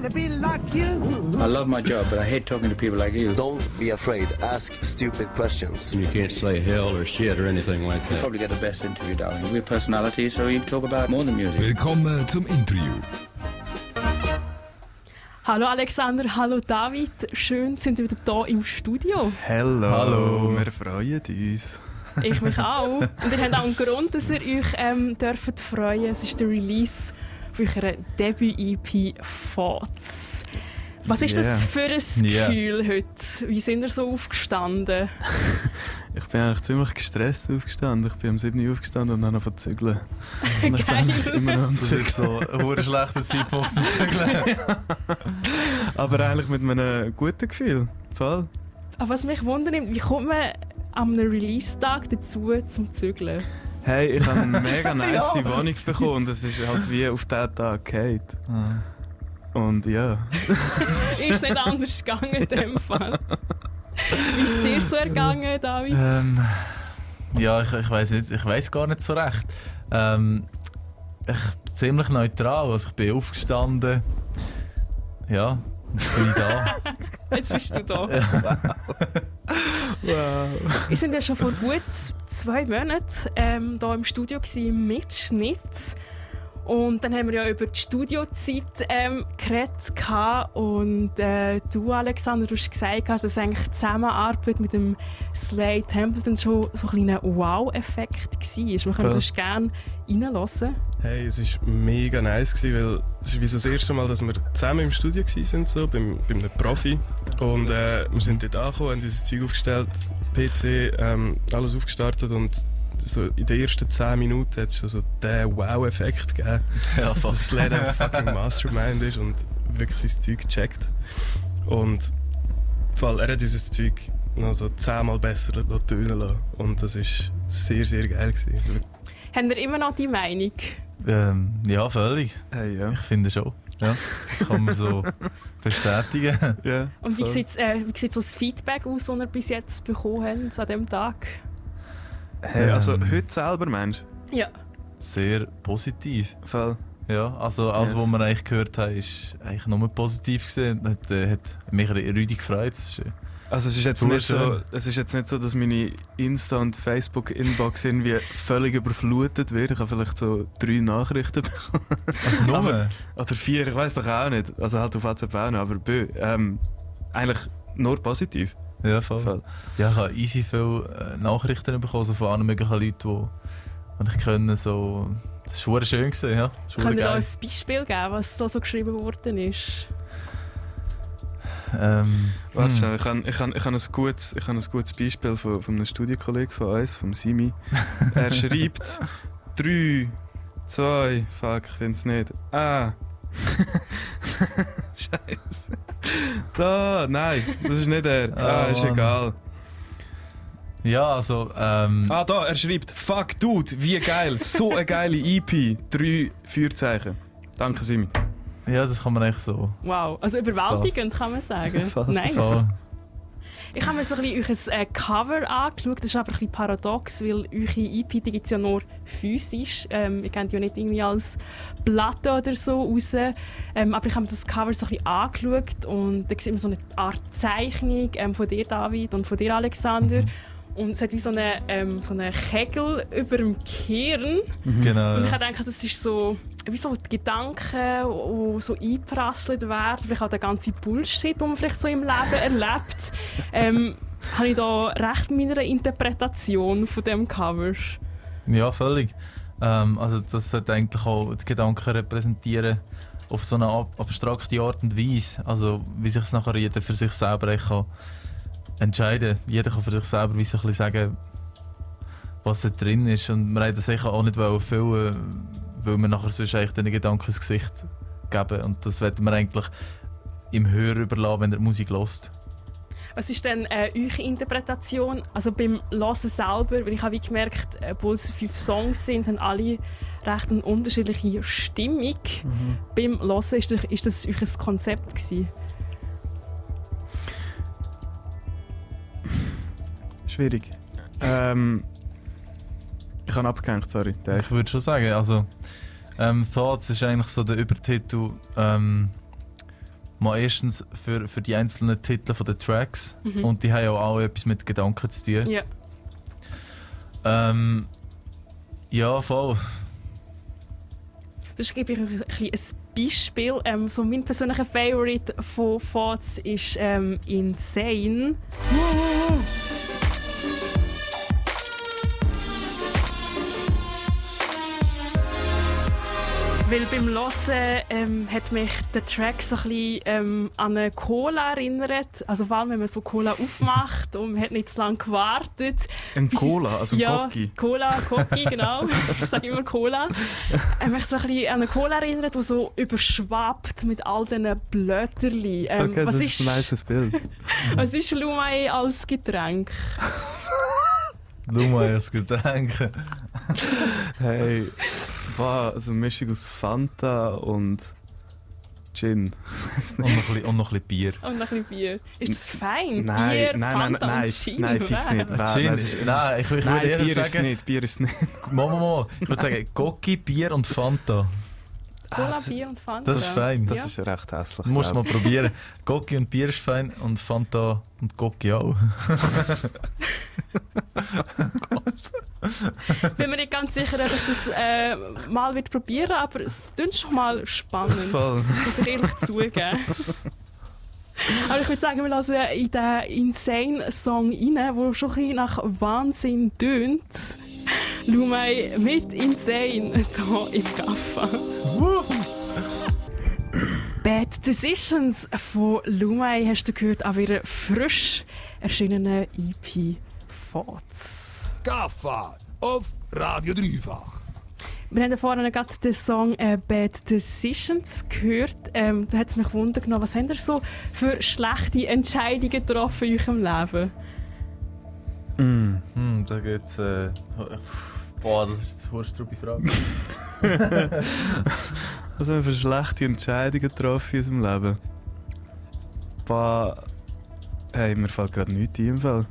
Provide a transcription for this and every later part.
to be like you. I love my job, but I hate talking to people like you. Don't be afraid. Ask stupid questions. You can't say hell or shit or anything like You that. probably get the best interview, darling. We're personalities, so you talk about more than music. Willkommen zum Interview. Hallo Alexander, hallo David. Schön, sind wir wieder hier im Studio. Hallo, wir freuen uns. Ich mich auch. Und ihr habt auch einen Grund, dass ihr euch dürft freuen. Es ist der Release von eurer Debüt-EP «Thoughts». Was ist das für ein Gefühl heute? Wie sind ihr so aufgestanden? Ich bin eigentlich ziemlich gestresst aufgestanden. Ich bin um 7 Uhr aufgestanden und dann noch zügeln. Geil. Das ist so ein schlechter Zeitpunkt zum Zügeln. Aber eigentlich mit einem guten Gefühl. Voll. Aber was mich wundert, wie kommt man am Release-Tag dazu zum Zügeln? Hey, ich habe eine mega nice Wohnung bekommen und es ist halt wie auf diesen Tag gefallen. Und ja. Ist nicht anders gegangen in dem Fall. Wie ist es dir so ergangen, David? Ja, ich weiss nicht, ich weiss gar nicht so recht. Ich ziemlich neutral, also ich bin aufgestanden. Ja, jetzt bin ich da. Jetzt bist du da. Ja. Wow. Wir waren ja schon vor gut 2 Monaten hier im Studio im Mitschnitt. Und dann haben wir ja über die Studiozeit geredet. Und du, Alexander, du hast gesagt, dass eigentlich die Zusammenarbeit mit dem Slade Templeton schon so ein kleiner Wow-Effekt war. Wir können sonst gerne reinhören. Hey, es war mega nice, weil es ist wie so das erste Mal, dass wir zusammen im Studio waren, so, bei einem Profi. Und wir sind dort angekommen, haben unser Zeug aufgestellt, PC, alles aufgestartet und so in den ersten 10 Minuten hat es schon so den Wow-Effekt gegeben, Ja, dass Slade ein fucking Mastermind ist und wirklich sein Zeug checkt. Und er hat unser Zeug noch so 10-mal besser tönen lassen. Und das war sehr, sehr geil gewesen. Haben wir immer noch die Meinung? Ja, völlig. Hey, ja. Ich finde schon. Ja, das kann man so bestätigen. Ja, Und wie sieht so das Feedback aus, das ihr bis jetzt bekommen habt an diesem Tag? Hey, also heute selber, Mensch. Ja. Sehr positiv. Voll. Ja, also alles, was wir eigentlich gehört haben, ist eigentlich nur positiv gesehen. Hat mich rüdig gefreut. Also es ist jetzt nicht so, dass meine Insta- und Facebook-Inbox irgendwie völlig überflutet wird. Ich habe vielleicht so 3 Nachrichten bekommen. Also nur? Oder 4, ich weiß doch auch nicht. Also halt auf WhatsApp auch noch, aber eigentlich nur positiv. Ja, voll. Ja, ich habe easy viele Nachrichten bekommen so von allen möglichen Leuten, die ich kenne. So. Das ist schon schön gewesen, ja. Könnt ihr da ein Beispiel geben, was da so geschrieben worden ist? Warte schnell, ich habe ein gutes Beispiel von einem Studienkollegen von uns, vom Simi. Er schreibt 3, 2, fuck, ich finde es nicht. Scheiße. Da, nein, das ist nicht er. Ist Mann. egal. Ja, also. Da, er schreibt: Fuck, Dude, wie geil, so eine geile EP. 3 Feuerzeichen. Danke, Simi. Ja, das kann man echt so. Wow, also überwältigend kann man sagen. Nice. Voll. Ich habe mir so ein bisschen euer Cover angeschaut. Das ist aber ein bisschen paradox, weil eure EP die gibt es ja nur physisch. Ihr kennt ja nicht irgendwie als Platte oder so raus. Aber ich habe mir das Cover so ein bisschen angeschaut und da sieht man so eine Art Zeichnung von dir, David, und von dir, Alexander. Und es hat wie so eine Kegel über dem Kern. Genau. Und ich habe gedacht, das ist so wie so die Gedanken, die so eingeprasselt werden, vielleicht auch der ganze Bullshit, den man vielleicht so im Leben erlebt. Habe ich da recht mit meiner Interpretation von dem Cover? Ja, völlig. Also das sollte eigentlich auch die Gedanken repräsentieren auf so eine abstrakte Art und Weise. Also wie sich es nachher jeder für sich selber kann entscheiden. Jeder kann für sich selber wie so ein bisschen sagen, was da drin ist. Und wir wollten das sicher auch nicht füllen, weil wir nachher sonst eigentlich den Gedanken ins Gesicht geben. Und das wollen wir eigentlich im Hörer überlassen, wenn er Musik hört. Was ist denn eure Interpretation? Also beim Hören selber, weil ich habe gemerkt, obwohl es 5 Songs sind, haben alle recht eine unterschiedliche Stimmung. Beim Hören ist das euer Konzept gewesen? Schwierig. Ich habe abgehängt, sorry. Ich würde schon sagen, also Thoughts ist eigentlich so der Übertitel, Mal erstens für die einzelnen Titel der Tracks und die haben ja auch etwas mit Gedanken zu tun. Ja. Ja, voll. Das gebe ich euch ein Beispiel. So mein persönlicher Favorite von Thoughts ist Insane. Weil beim Hören hat mich der Track so ein bisschen an eine Cola erinnert. Also vor allem, wenn man so Cola aufmacht und man hat nicht zu lange gewartet. Ein Cola, also ein Gocki? Ja, Gocki, genau. Ich sage immer Cola. Mich so ein bisschen an eine Cola erinnert, die so überschwappt mit all diesen Blöterli. Okay, das ist ein nices Bild. Was ist Lumai als Getränk? Lumai als Getränk? Hey, also eine Mischung aus Fanta und Gin. Und noch ein bisschen Bier. Und noch ein bisschen Bier. Ist das fein? Nein, Bier, nein, Fanta und Gin? Nein, fix nicht. Nein, ich würde eher Bier sagen... ist nicht, Bier ist nicht. Mal. Ich würde sagen, Gocki, Bier und Fanta. Cola, Bier und Fanta. Das ist fein. Das ist recht hässlich. Du musst mal probieren. Gocki und Bier ist fein und Fanta und Gocki auch. Bin mir nicht ganz sicher, ob ich das mal probieren will, aber es klingt schon mal spannend. Voll. Muss ich ehrlich zugeben. Aber ich würde sagen, wir lassen in den Insane-Song rein, der schon ein bisschen nach Wahnsinn tönt. Lumai mit Insane hier im Gaffa. Bad Decisions von Lumai hast du gehört an ihrer frisch erschienenen EP Thoughts. Gaffa auf Radio Dreifach. Wir haben vorhin gerade den Song «Bad Decisions» gehört. Da hat es mich wundern genommen, was habt ihr so für schlechte Entscheidungen getroffen in eurem Leben? Da geht's... Boah, das ist eine horstrube Frage. Was haben wir für schlechte Entscheidungen getroffen in unserem Leben? Hey, mir fällt gerade nichts ein im Fall.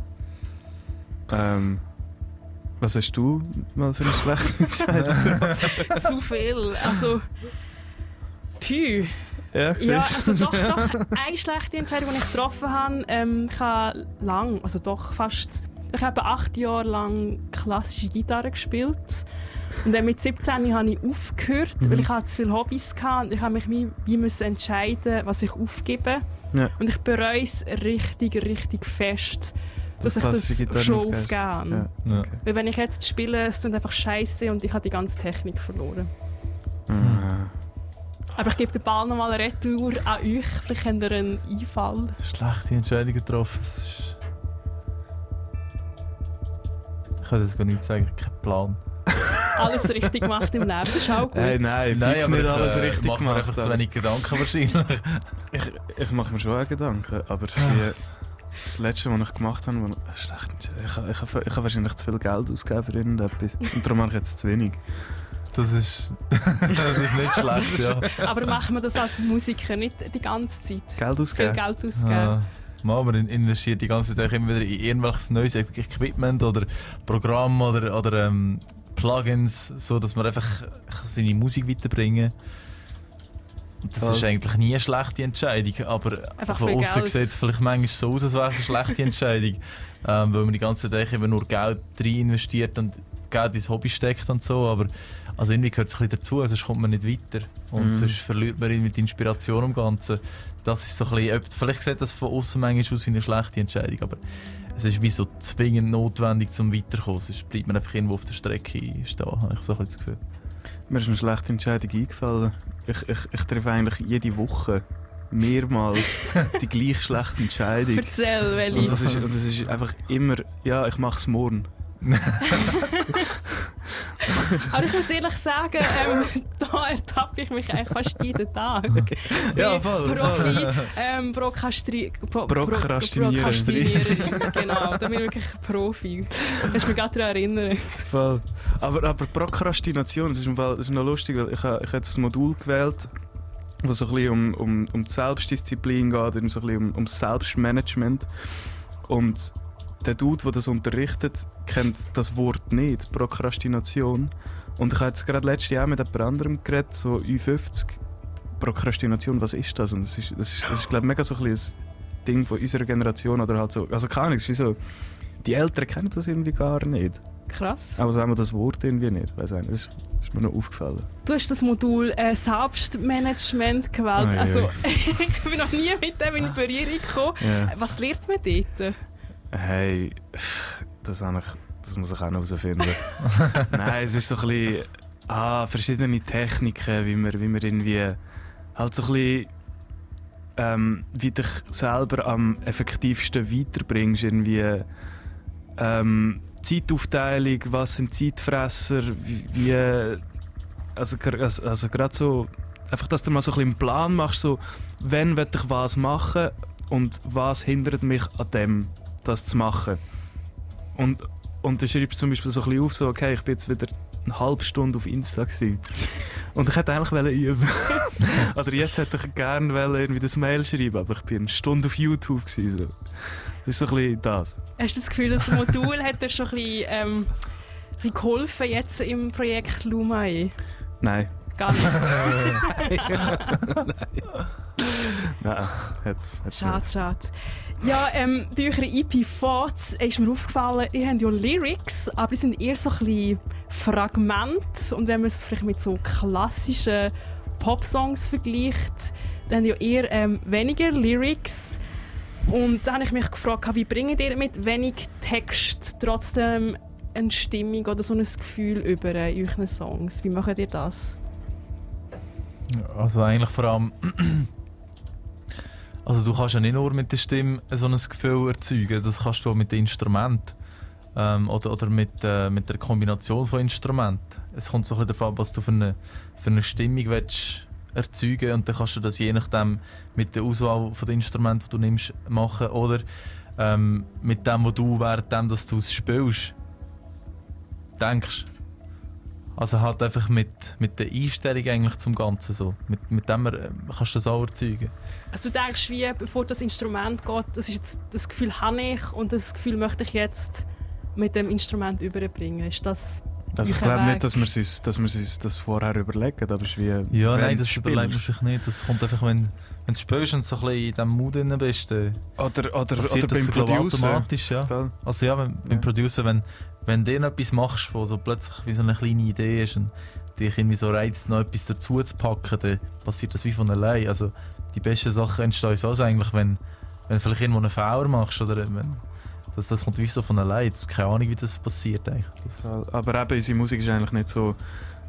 Was hast du mal für eine schlechte Entscheidung? Zu viel. Also... Pü. Ja, Ja, also doch eine schlechte Entscheidung, die ich getroffen habe. Ich habe lang, also doch fast... Ich habe 8 Jahre lang klassische Gitarre gespielt. Und dann mit 17 habe ich aufgehört, weil ich zu viele Hobbys hatte. Und ich habe mich wie müssen entscheiden, was ich aufgebe. Ja. Und ich bereue es richtig fest, dass ich das Gitarre schon aufgibst. aufgegeben habe. Ja. Okay. Weil wenn ich jetzt spiele, es ist einfach scheiße und ich habe die ganze Technik verloren. Aber ich gebe den Ball nochmal eine Retour an euch. Vielleicht habt ihr einen Einfall. Schlechte Entscheidung getroffen. Das ist... Ich kann jetzt gar nicht sagen, kein Plan. Alles richtig gemacht im Leben, das ist auch gut. Hey, nein, fix aber nicht ich, alles richtig mache mir gemacht. einfach zu wenig Gedanken wahrscheinlich. Ich mache mir schon auch Gedanken, aber das Letzte, was ich gemacht habe, war schlecht. Ich habe wahrscheinlich zu viel Geld ausgegeben für irgendetwas. Und darum mache ich jetzt zu wenig. Das ist nicht schlecht, ja. Aber machen wir das als Musiker nicht die ganze Zeit? Geld Viel ausgeben? Geld ausgeben. Ja. Man investiert die ganze Zeit immer wieder in irgendwelches neues Equipment oder Programm oder Plugins, so dass man einfach seine Musik weiterbringen kann. Das ist eigentlich nie eine schlechte Entscheidung, aber Einfach von viel außen Geld. sieht es vielleicht manchmal so aus, als wäre es eine schlechte Entscheidung, weil man die ganze Zeit eben nur Geld rein investiert und Geld ins Hobby steckt und so, aber also irgendwie gehört es ein bisschen dazu, sonst kommt man nicht weiter und sonst verliert man mit Inspiration am Ganzen. Das ist so ein bisschen, vielleicht sieht das von außen manchmal aus wie eine schlechte Entscheidung, aber es ist wie so zwingend notwendig zum Weiterkommen, sonst bleibt man einfach irgendwo auf der Strecke stehen, habe ich so ein bisschen das Gefühl. Mir ist eine schlechte Entscheidung eingefallen. Ich treffe eigentlich jede Woche mehrmals die gleich schlechte Entscheidung. Erzähl, welche. Und das ist einfach immer, ja, ich mache es morgen. Aber ich muss ehrlich sagen, da ertappe ich mich eigentlich fast jeden Tag. Ja, Wie voll. Prokrastiniererin. Genau, da bin ich wirklich Profi. Hast du mich gerade daran erinnert. Voll. Aber Prokrastination, das ist noch lustig, weil ich habe jetzt ein Modul gewählt, wo so ein bisschen um die Selbstdisziplin geht, so ein bisschen um Selbstmanagement. Und der Dude, der das unterrichtet, kennt das Wort nicht, Prokrastination. Und ich habe jetzt gerade letztes Jahr mit jemand anderem geredet, so Ü50, Prokrastination, was ist das? Und das ist glaube ich, mega so ein bisschen ein Ding von unserer Generation oder halt so, also keine Ahnung, es ist wie so, die Älteren kennen das irgendwie gar nicht. Krass. Aber so haben wir das Wort irgendwie nicht, weiss ich nicht. Das ist mir noch aufgefallen. Du hast das Modul Selbstmanagement gewählt. Also ich bin noch nie mit dem in Berührung gekommen. Ja. Was lernt man dort? Hey, das muss ich auch noch herausfinden. Nein, es ist so ein bisschen verschiedene Techniken, wie man irgendwie halt so ein bisschen wie dich selber am effektivsten weiterbringst. Irgendwie Zeitaufteilung, was sind Zeitfresser, also gerade so, einfach, dass du mal so ein bisschen einen Plan machst, so, wann will ich was machen und was hindert mich an dem, das zu machen. Und du schreibst zum Beispiel so ein bisschen auf, so, okay, ich bin jetzt wieder eine halbe Stunde auf Insta gewesen. Und ich hätte eigentlich üben. Oder jetzt hätte ich gerne irgendwie das Mail schreiben, aber ich bin eine Stunde auf YouTube gewesen, so. Das ist so ein bisschen das. Hast du das Gefühl, das Modul hat dir schon ein bisschen geholfen jetzt im Projekt Lumai? Nein. Gar nicht? Nein, hat schade. Ja, bei eurer EP Thoughts ist mir aufgefallen, ihr habt ja Lyrics, aber die sind eher so ein bisschen Fragmente. Und wenn man es vielleicht mit so klassischen Popsongs vergleicht, dann ja eher weniger Lyrics. Und da habe ich mich gefragt, wie bringt ihr mit wenig Text trotzdem eine Stimmung oder so ein Gefühl über euren Songs? Wie macht ihr das? Also eigentlich vor allem... Also du kannst ja nicht nur mit der Stimme so ein Gefühl erzeugen, das kannst du auch mit den Instrumenten oder mit der Kombination von Instrumenten. Es kommt so ein bisschen darauf an, was du für eine Stimmung willst erzeugen, und dann kannst du das je nachdem mit der Auswahl von den Instrumenten, die du nimmst, machen, oder mit dem, was du während dass du es spielst, denkst. Also halt einfach mit der Einstellung eigentlich zum Ganzen so. Mit dem kannst du das auch erzeugen. Also du denkst, wie bevor das Instrument geht, das Gefühl habe ich und das Gefühl möchte ich jetzt mit dem Instrument überbringen. Ist das also ich glaube nicht, dass wir uns das vorher überlegen, aber es ist wie... Ja, nein, das überlegt man sich nicht. Das kommt einfach, wenn du spielst und so ein bisschen in diesem Mood drin bist. Oder beim Producer. Automatisch, ja. Voll. Also ja, beim Producer, wenn du etwas machst, wo so plötzlich wie so eine kleine Idee ist und dich irgendwie so reizt, noch etwas dazu zu packen, dann passiert das wie von allein. Also die besten Sachen entstehen so eigentlich, wenn du vielleicht irgendwo einen Fehler machst oder das kommt wie so von allein. Keine Ahnung, wie das passiert eigentlich. Aber eben, unsere Musik ist eigentlich nicht so...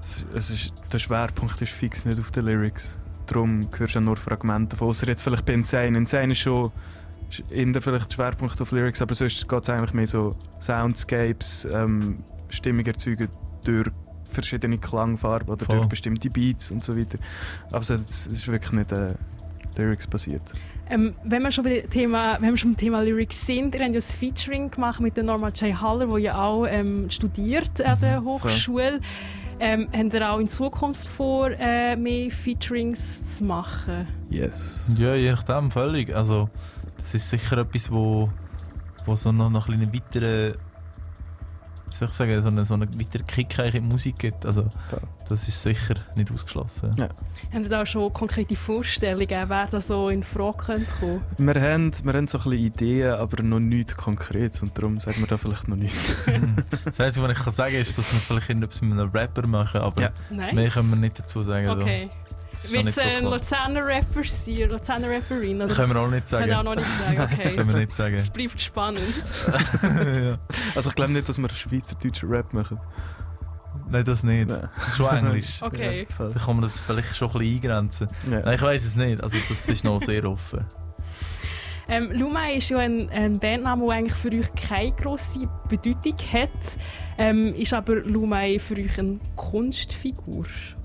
der Schwerpunkt ist fix nicht auf den Lyrics. Darum hörst du ja nur Fragmente davon. Ausser jetzt vielleicht bei Insane. Insane ist schon eher vielleicht der Schwerpunkt auf Lyrics, aber sonst geht es eigentlich mehr so Soundscapes, Stimmung erzeugen durch verschiedene Klangfarben oder durch bestimmte Beats und so weiter. Aber es ist wirklich nicht Lyrics basiert. Wenn wir schon beim Thema Lyrics sind, ihr habt ja ein Featuring gemacht mit der Norma J. Haller, die ja auch studiert an der Hochschule. Habt ihr auch in Zukunft vor, mehr Featurings zu machen? Yes. Ja, je nachdem, völlig. Also, das ist sicher etwas, wo so noch einen weiteren, wie soll ich sagen, so einen weiteren Kick in die Musik gibt. Also, das ist sicher nicht ausgeschlossen. Ja. Habt ihr da schon konkrete Vorstellungen, wer da so in Frage kommen könnte? Wir haben so ein bisschen Ideen, aber noch nichts Konkretes, und darum sagen wir da vielleicht noch nichts. Das Einzige, was ich sagen kann, ist, dass wir vielleicht etwas mit einem Rapper machen, aber mehr können wir nicht dazu sagen. Okay. Wird es ein Luzerner Rapper sein, Luzerner Rapperin? Oder? Können wir auch nicht sagen. Können wir auch noch nicht sagen, okay. Können wir nicht sagen. Es bleibt spannend. Ja. Also ich glaube nicht, dass wir schweizerdeutschen Rap machen. Nein, das nicht. Das ist schon Englisch. Okay. Ja, da kann man das vielleicht schon ein bisschen eingrenzen. Ja. Nein, ich weiss es nicht. Also das ist noch sehr offen. Lumai ist ja ein Bandname, der eigentlich für euch keine grosse Bedeutung hat. Ist aber Lumai für euch eine Kunstfigur?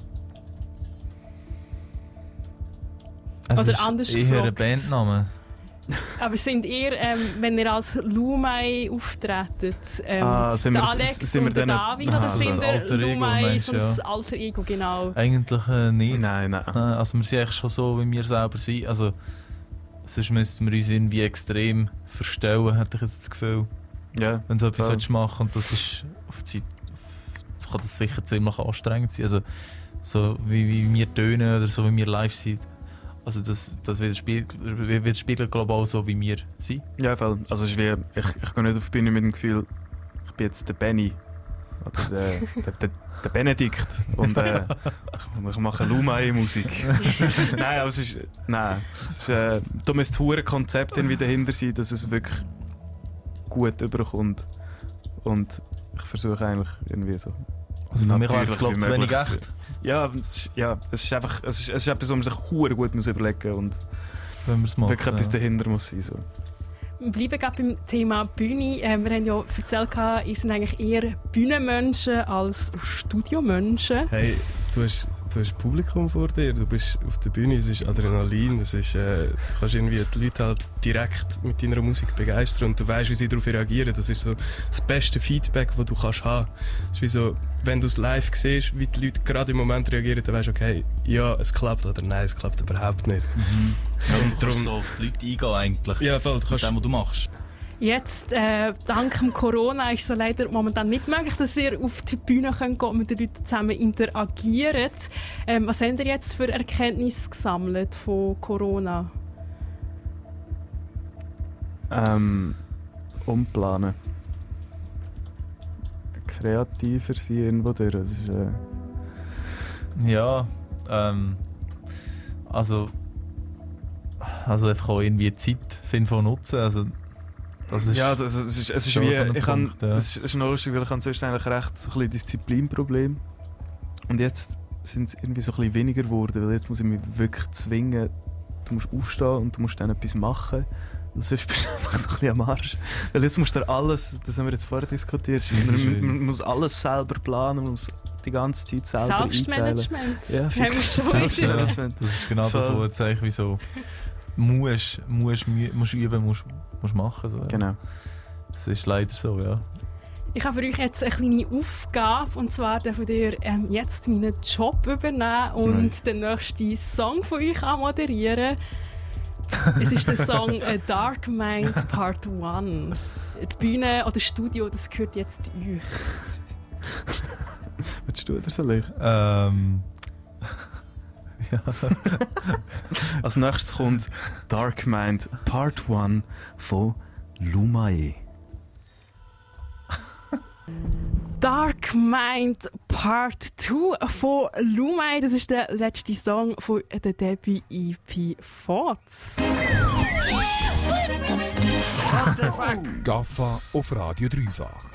Es oder ist anders eher gefragt. Ein Bandname. Aber sind ihr, wenn ihr als Lumai auftretet, der Alex und der David, oder sind ihr Lumai, so ein alter Ego, genau? Eigentlich nicht. Nein. Also wir sind eigentlich schon so, wie wir selber sind. Also, sonst müssten wir uns irgendwie extrem verstellen, hätte ich jetzt das Gefühl. Ja, wenn du so etwas machen willst. Und das ist kann das sicher ziemlich anstrengend sein. Also, so wie wir tönen oder so wie wir live sind. Also das widerspiegelt glaube ich auch so, wie wir sind. Ja, voll. Also es ist wie, ich gehe nicht auf die Bühne mit dem Gefühl, ich bin jetzt der Benny. Oder der Benedikt. Und ich mache Lumai-Musik. Nein, aber es ist... Nein. Da müsste ein Konzept irgendwie dahinter sein, dass es wirklich gut überkommt. Und ich versuche eigentlich irgendwie so... Also für mich war es, glaube ich, zu wenig echt. Ja, es ist einfach... Es ist etwas, was man sich verdammt gut muss überlegen muss. Und wenn man es macht, wirklich etwas dahinter muss sein. So. Wir bleiben gerade beim Thema Bühne. Wir haben ja erzählt, ihr seid eigentlich eher Bühnenmenschen als Studiomenschen. Hey, du hast Publikum vor dir, du bist auf der Bühne, es ist Adrenalin, es ist, du kannst irgendwie die Leute halt direkt mit deiner Musik begeistern und du weißt, wie sie darauf reagieren. Das ist so das beste Feedback, das du kannst haben. Es ist wie so, wenn du es live siehst, wie die Leute gerade im Moment reagieren, dann weißt du, okay, ja, es klappt oder nein, es klappt überhaupt nicht. Ja, und du kannst so auf die Leute eingehen eigentlich. Ja, voll. Du kannst mit dem, was du machst. Jetzt, dank dem Corona, ist es leider momentan nicht möglich, dass ihr auf die Bühne könnt und mit den Leuten zusammen interagiert. Was habt ihr jetzt für Erkenntnisse gesammelt von Corona? Umplanen. Kreativer sein irgendwo durch. Das ist, Ja, also einfach auch irgendwie Zeit sinnvoll nutzen. Also, das ist, ja, es ist wie, so Punkt, ja. Es ist noch lustig, weil ich habe sonst eigentlich recht so ein bisschen Disziplinproblem. Und jetzt sind es irgendwie so ein bisschen weniger geworden, weil jetzt muss ich mich wirklich zwingen, du musst aufstehen und du musst dann etwas machen. Sonst bist du einfach so ein bisschen am Arsch. Weil jetzt musst du alles, das haben wir jetzt vorher diskutiert, man muss alles selber planen, man muss die ganze Zeit selber Selbstmanagement. Ja, Selbstmanagement. Das ist genau das, was jetzt eigentlich wie so musst üben, musst machen. So, ja. Genau. Das ist leider so, ja. Ich habe für euch jetzt eine kleine Aufgabe, und zwar dürft ihr jetzt meinen Job übernehmen und den nächsten Song von euch moderieren. Es ist der Song A Dark Mind Part 1. Die Bühne oder das Studio, das gehört jetzt euch. Willst du oder soll ich? Ja. Als nächstes kommt Dark Mind Part 1 von Lumai. Dark Mind Part 2 von Lumai. Das ist der letzte Song von der Debüt EP Thoughts. What the fuck? Gaffa auf Radio Dreifach.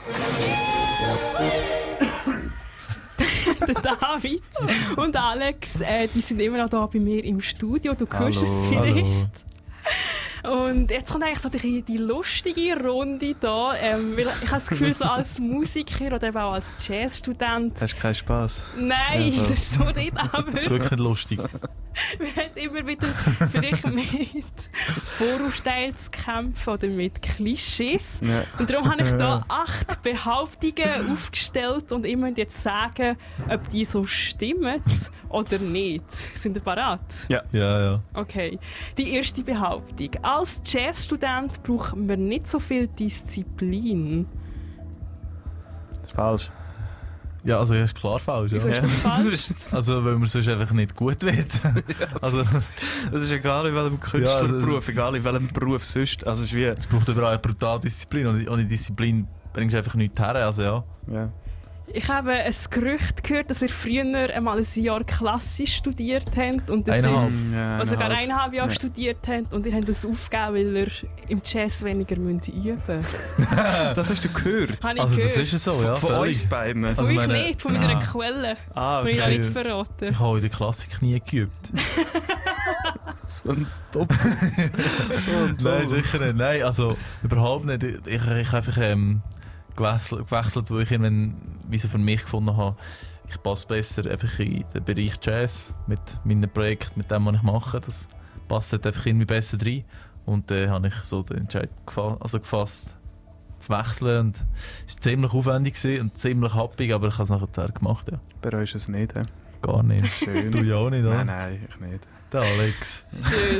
Der David und Alex, die sind immer noch da bei mir im Studio. Du hörst es vielleicht. Hallo. Und jetzt kommt eigentlich so die lustige Runde da, weil ich habe das Gefühl, so als Musiker oder eben auch als Jazzstudent... Hast du keinen Spass? Nein, ja, das ist schon nicht, aber... Das ist wirklich nicht lustig. Man hat immer wieder vielleicht mit Vorurteilen zu kämpfen oder mit Klischees. Ja. Und darum habe ich da 8 Behauptungen aufgestellt und ihr müsst jetzt sagen, ob die so stimmen oder nicht. Sind ihr bereit? Ja. Okay. Die erste Behauptung. Als Jazzstudent braucht man nicht so viel Disziplin. Das ist falsch. Ja, also das ist klar falsch. Wieso ist das falsch? Also weil man sonst einfach nicht gut wird. Also, das ist egal in welchem Künstlerberuf, egal in welchem Beruf sonst. Also es ist wie... es braucht überall brutal Disziplin. Ohne Disziplin bringst du einfach nichts her. Also, ja. Ich habe ein Gerücht gehört, dass ihr früher einmal ein Jahr klassisch studiert habt. Und dass ihr sogar 1,5 Jahre studiert habt und ihr habt das aufgegeben, weil ihr im Jazz weniger üben müsst. Das hast du gehört? Habe ich Also gehört. das ist so, ja. Von uns beiden? Von euch nicht, von meiner Quelle. Okay. Ich habe nicht verraten. Ich habe in der Klassik nie geübt. So ein Top. Nein, sicher nicht. Nein, also überhaupt nicht. Ich habe einfach gewechselt, weil ich irgendwann wie so für mich gefunden habe, ich passe besser einfach in den Bereich Jazz mit meinem Projekt, mit dem, was ich mache. Das passt halt einfach irgendwie besser rein. Und dann habe ich so den Entscheid gefasst, zu wechseln. Und es war ziemlich aufwendig und ziemlich happig, aber ich habe es nachher gemacht. Ja. Bereust du es nicht? He? Gar nicht. Schön. Du ja auch nicht, oder? Nein, ich nicht. Der Alex. Schön.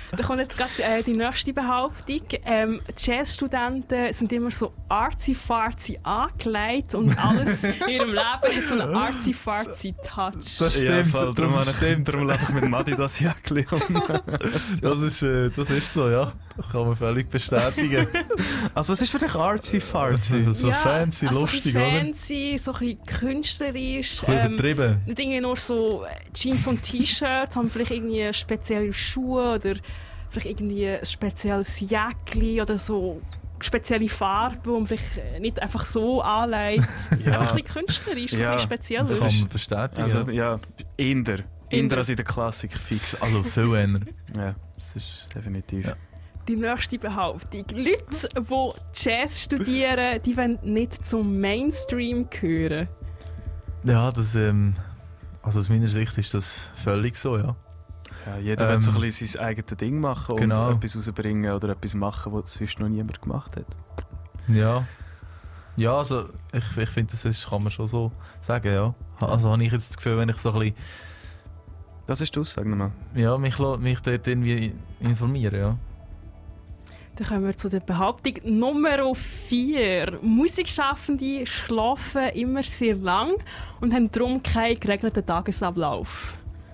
Da kommt jetzt gerade die nächste Behauptung. Jazzstudenten sind immer so artsy-fartsy angelegt und alles in ihrem Leben hat so einen artsy-fartsy Touch. Das stimmt, Ja, darum laufe ich mit dem Adidas Jäckchen um. das ist so, ja. Das kann man völlig bestätigen. Also was ist für dich artsy-fartsy? So fancy, also lustig, so oder? fancy, so ein bisschen künstlerisch. Ein bisschen übertrieben. Nicht irgendwie nur so Jeans und T-Shirts, haben vielleicht irgendwie spezielle Schuhe oder vielleicht irgendwie ein spezielles Jäckchen oder so spezielle Farbe, die man vielleicht nicht einfach so anlegt. Ja. Einfach ein bisschen künstlerisch, so ein bisschen speziell. Das kann man bestätigen. Also ja, eher als in der Klassik fix. Also viel eher. Ja, das ist definitiv. Ja. Die nächste Behauptung. Leute, die Jazz studieren, die wollen nicht zum Mainstream gehören. Ja, das, also aus meiner Sicht ist das völlig so, ja. Ja, jeder will so ein bisschen sein eigenes Ding machen und Genau. etwas rausbringen oder etwas machen, was sonst noch niemand gemacht hat. Ja. Ja, also ich finde, kann man schon so sagen, ja. Also habe ich jetzt das Gefühl, wenn ich so ein bisschen, Das ist die Aussage nochmal. ja, mich dort irgendwie informieren, ja. Dann kommen wir zu der Behauptung Nummer 4. Musikschaffende schlafen immer sehr lang und haben darum keinen geregelten Tagesablauf.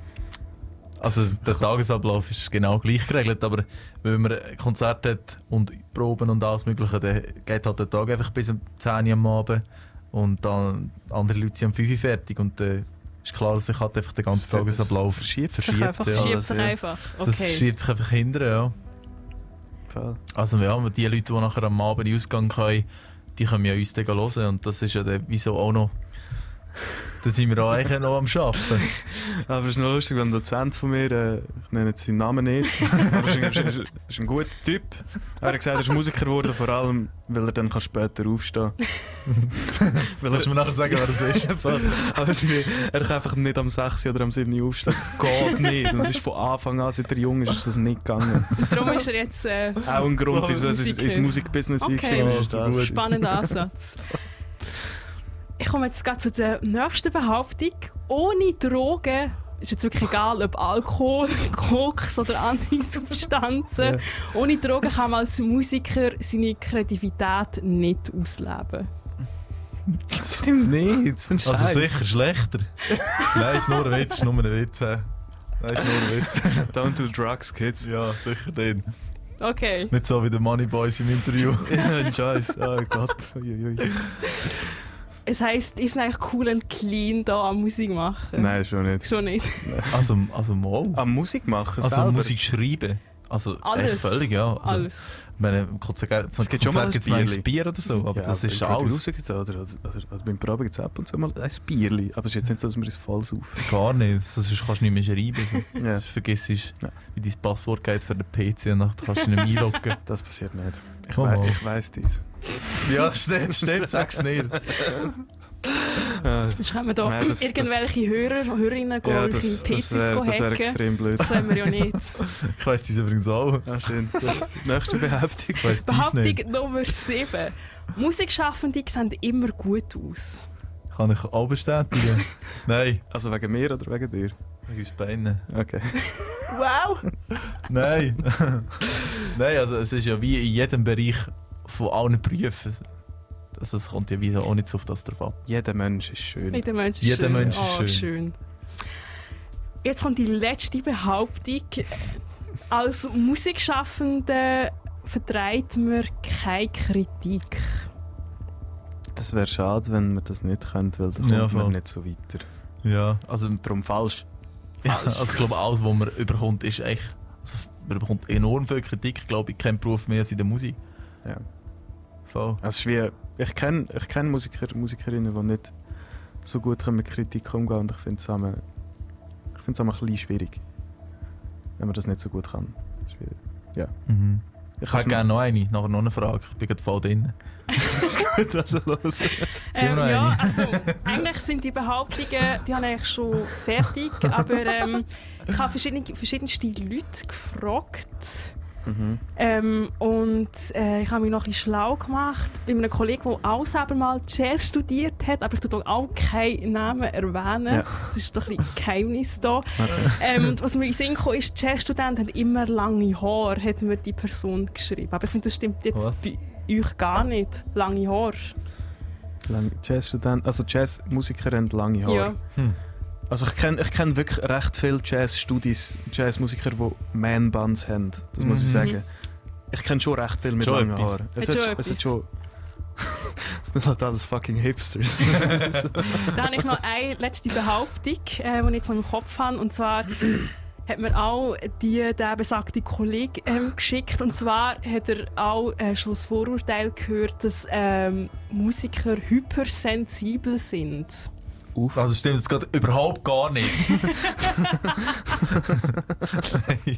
Also der Tagesablauf ist genau gleich geregelt, aber wenn man ein Konzert hat und Proben und alles Mögliche, dann geht halt der Tag einfach bis um 10 Uhr am Abend und dann andere Leute sind um 5 Uhr fertig und dann ist klar, dass sich halt einfach der ganze Tagesablauf verschiebt Sich einfach. Okay. Das schiebt sich einfach hinterher, ja. Voll. Also ja, die Leute, die nachher am Abend in den Ausgang können, die können ja uns dann hören und das ist ja dann wieso auch noch... Dann sind wir auch eigentlich noch am Arbeiten. Aber es ist noch lustig, wenn ein Dozent von mir, ich nenne jetzt seinen Namen nicht, aber ist ein guter Typ. Er hat gesagt, er ist Musiker geworden, vor allem, weil er dann später aufstehen kann. Willst du mir nachher sagen, wer das ist? Aber er kann einfach nicht am 6 oder am 7 Uhr aufstehen. Das geht nicht. Und es ist von Anfang an, seit er jung ist das nicht gegangen. Darum ist er jetzt Auch ein Grund, wieso er ins Musikbusiness eingestiegen ist. Spannender Ansatz. Ich komme jetzt gerade zu der nächsten Behauptung. Ohne Drogen, ist jetzt wirklich egal, ob Alkohol, Koks oder andere Substanzen, ohne Drogen kann man als Musiker seine Kreativität nicht ausleben. Das stimmt nicht. Das ist ein Scheiß. Also sicher schlechter. Nein, ist nur ein Witz, ist nur ein Witz. Nein, ist nur ein Witz. Don't do drugs, kids. Ja, sicher den. Okay. Nicht so wie der Money Boys im Interview. Ja, ein Scheiß. Oh Gott. Es heisst, ihr seid eigentlich cool und clean hier am Musik machen? Nein, schon nicht. Schon nicht. Also mal. Am Musik machen Also selber? Musik schreiben. Also Alles. echt völlig, ja. Also, Alles. Es gibt schon mal ein gibt's manchmal Bierli. Bier oder so, aber Ja, das ist beim alles. Producer gibt's oder beim Proben gibt es ab und zu mal ein Bierli. Aber es ist jetzt nicht so, dass wir es voll saufen. Gar nicht. Sonst kannst du nicht mehr schreiben. So. Ja. Sonst vergisst du, Ja. wie dein Passwort geht für den PC und dann kannst du nicht mehr einloggen. Das passiert nicht. Ich, Komm mal. ich weiss dies. Ja, stimmt, sag's nicht. Sonst können wir da Nein, das- irgendwelche Hörer und Hörerinnen gehen, Ja, ihre das PCs wäre hacken. extrem blöd. Das wollen wir ja nicht. Ich weiss dies übrigens auch. Ah, schön. Gut. Nächste Behauptung. Ich weiss dies nicht. Behauptung Nummer 7. Musikschaffende sehen immer gut aus. Kann ich auch bestätigen. Nein, Also wegen mir oder wegen dir? wegen uns beiden. Okay. Wow! Nein. Nein, also es ist ja wie in jedem Bereich von allen Berufen. Also es kommt ja wie auch nicht so auf das drauf ab. Jeder Mensch ist schön. Jeder Mensch ist Jeder schön. Mensch ist schön. Schön. Jetzt kommt die letzte Behauptung. Als Musikschaffende vertreibt man keine Kritik. Das wäre schade, wenn wir das nicht könnten, weil dann Ja, kommt man voll. nicht so weiter. Ja, also, Darum falsch. ja, also ich glaube, alles, was man überkommt, ist echt... Also man bekommt enorm viel Kritik. Ich glaube, ich kenne Beruf mehr als in der Musik. Ja. Voll. Also es ist wie, ich kenn Musikerinnen, die nicht so gut mit Kritik umgehen und ich finde es ein bisschen schwierig, wenn man das nicht so gut kann. Schwierig. Ja. Mhm. Ich kann's hätte gerne noch eine, nachher noch eine Frage. Ich bin gerade voll drin. Das ist gut, also los. Gib mir Ja, eine. also eigentlich sind die Behauptungen, die habe ich eigentlich schon fertig, aber ich habe verschiedenste Leute gefragt, Und ich habe mich noch ein bisschen schlau gemacht bei einem Kollegen, der auch selber mal Jazz studiert hat, aber ich tue auch keinen Namen erwähnen. Ja. Das ist doch ein bisschen Geheimnis da. Okay. Und was mir in den Sinn kam, ist, Jazzstudenten haben immer lange Haare, hat mir die Person geschrieben. Aber ich finde, das stimmt jetzt bei euch gar nicht. Lange Haare. Jazzstudenten, also Jazzmusiker haben lange Haare. Ja. Also ich kenn wirklich recht viele Jazzstudis, Jazzmusiker, die Man-Buns haben, das muss ich sagen. Ich kenne schon recht viel mit langen Haaren. Es hat schon... Das sind halt alles fucking Hipsters. Da habe ich noch eine letzte Behauptung, die ich jetzt noch im Kopf habe. Und zwar hat mir auch der besagte Kollege geschickt. Und zwar hat er auch schon das Vorurteil gehört, dass Musiker hypersensibel sind. Also stimmt das gerade überhaupt gar nicht. In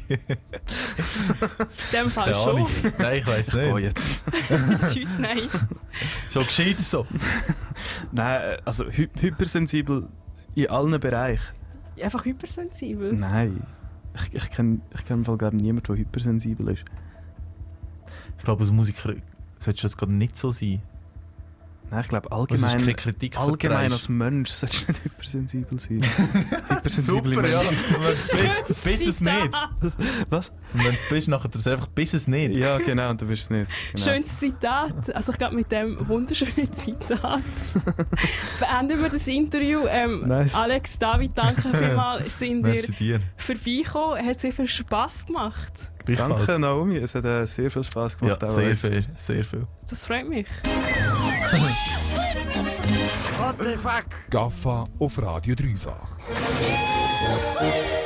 dem Fall schon. Nein, ich weiss nicht. Oh, jetzt. Tschüss, nein. So gescheit so. Nein, also hypersensibel in allen Bereichen. Einfach hypersensibel? Nein. Ich kenn im Fall niemanden, der hypersensibel ist. Ich glaube, als Musiker sollte das gerade nicht so sein. Nein, ich glaube allgemein als Mensch solltest du nicht hypersensibel sein. Hypersensible Super, Menschen. Ja. Bis es nicht. Was? Und wenn du es bist, nachher das einfach bis es nicht. Ja, genau, und du bist es nicht. Genau. Schönes Zitat. Also ich glaube, mit dem wunderschönen Zitat beenden wir das Interview. Nice. Alex, David, danke vielmals, sind ihr vorbeigekommen. Hat sehr viel Spass gemacht. Danke Naomi, es hat sehr viel Spass gemacht. Ja, sehr viel, sehr viel. Das freut mich. What the fuck? Gaffa auf Radio Dreifach.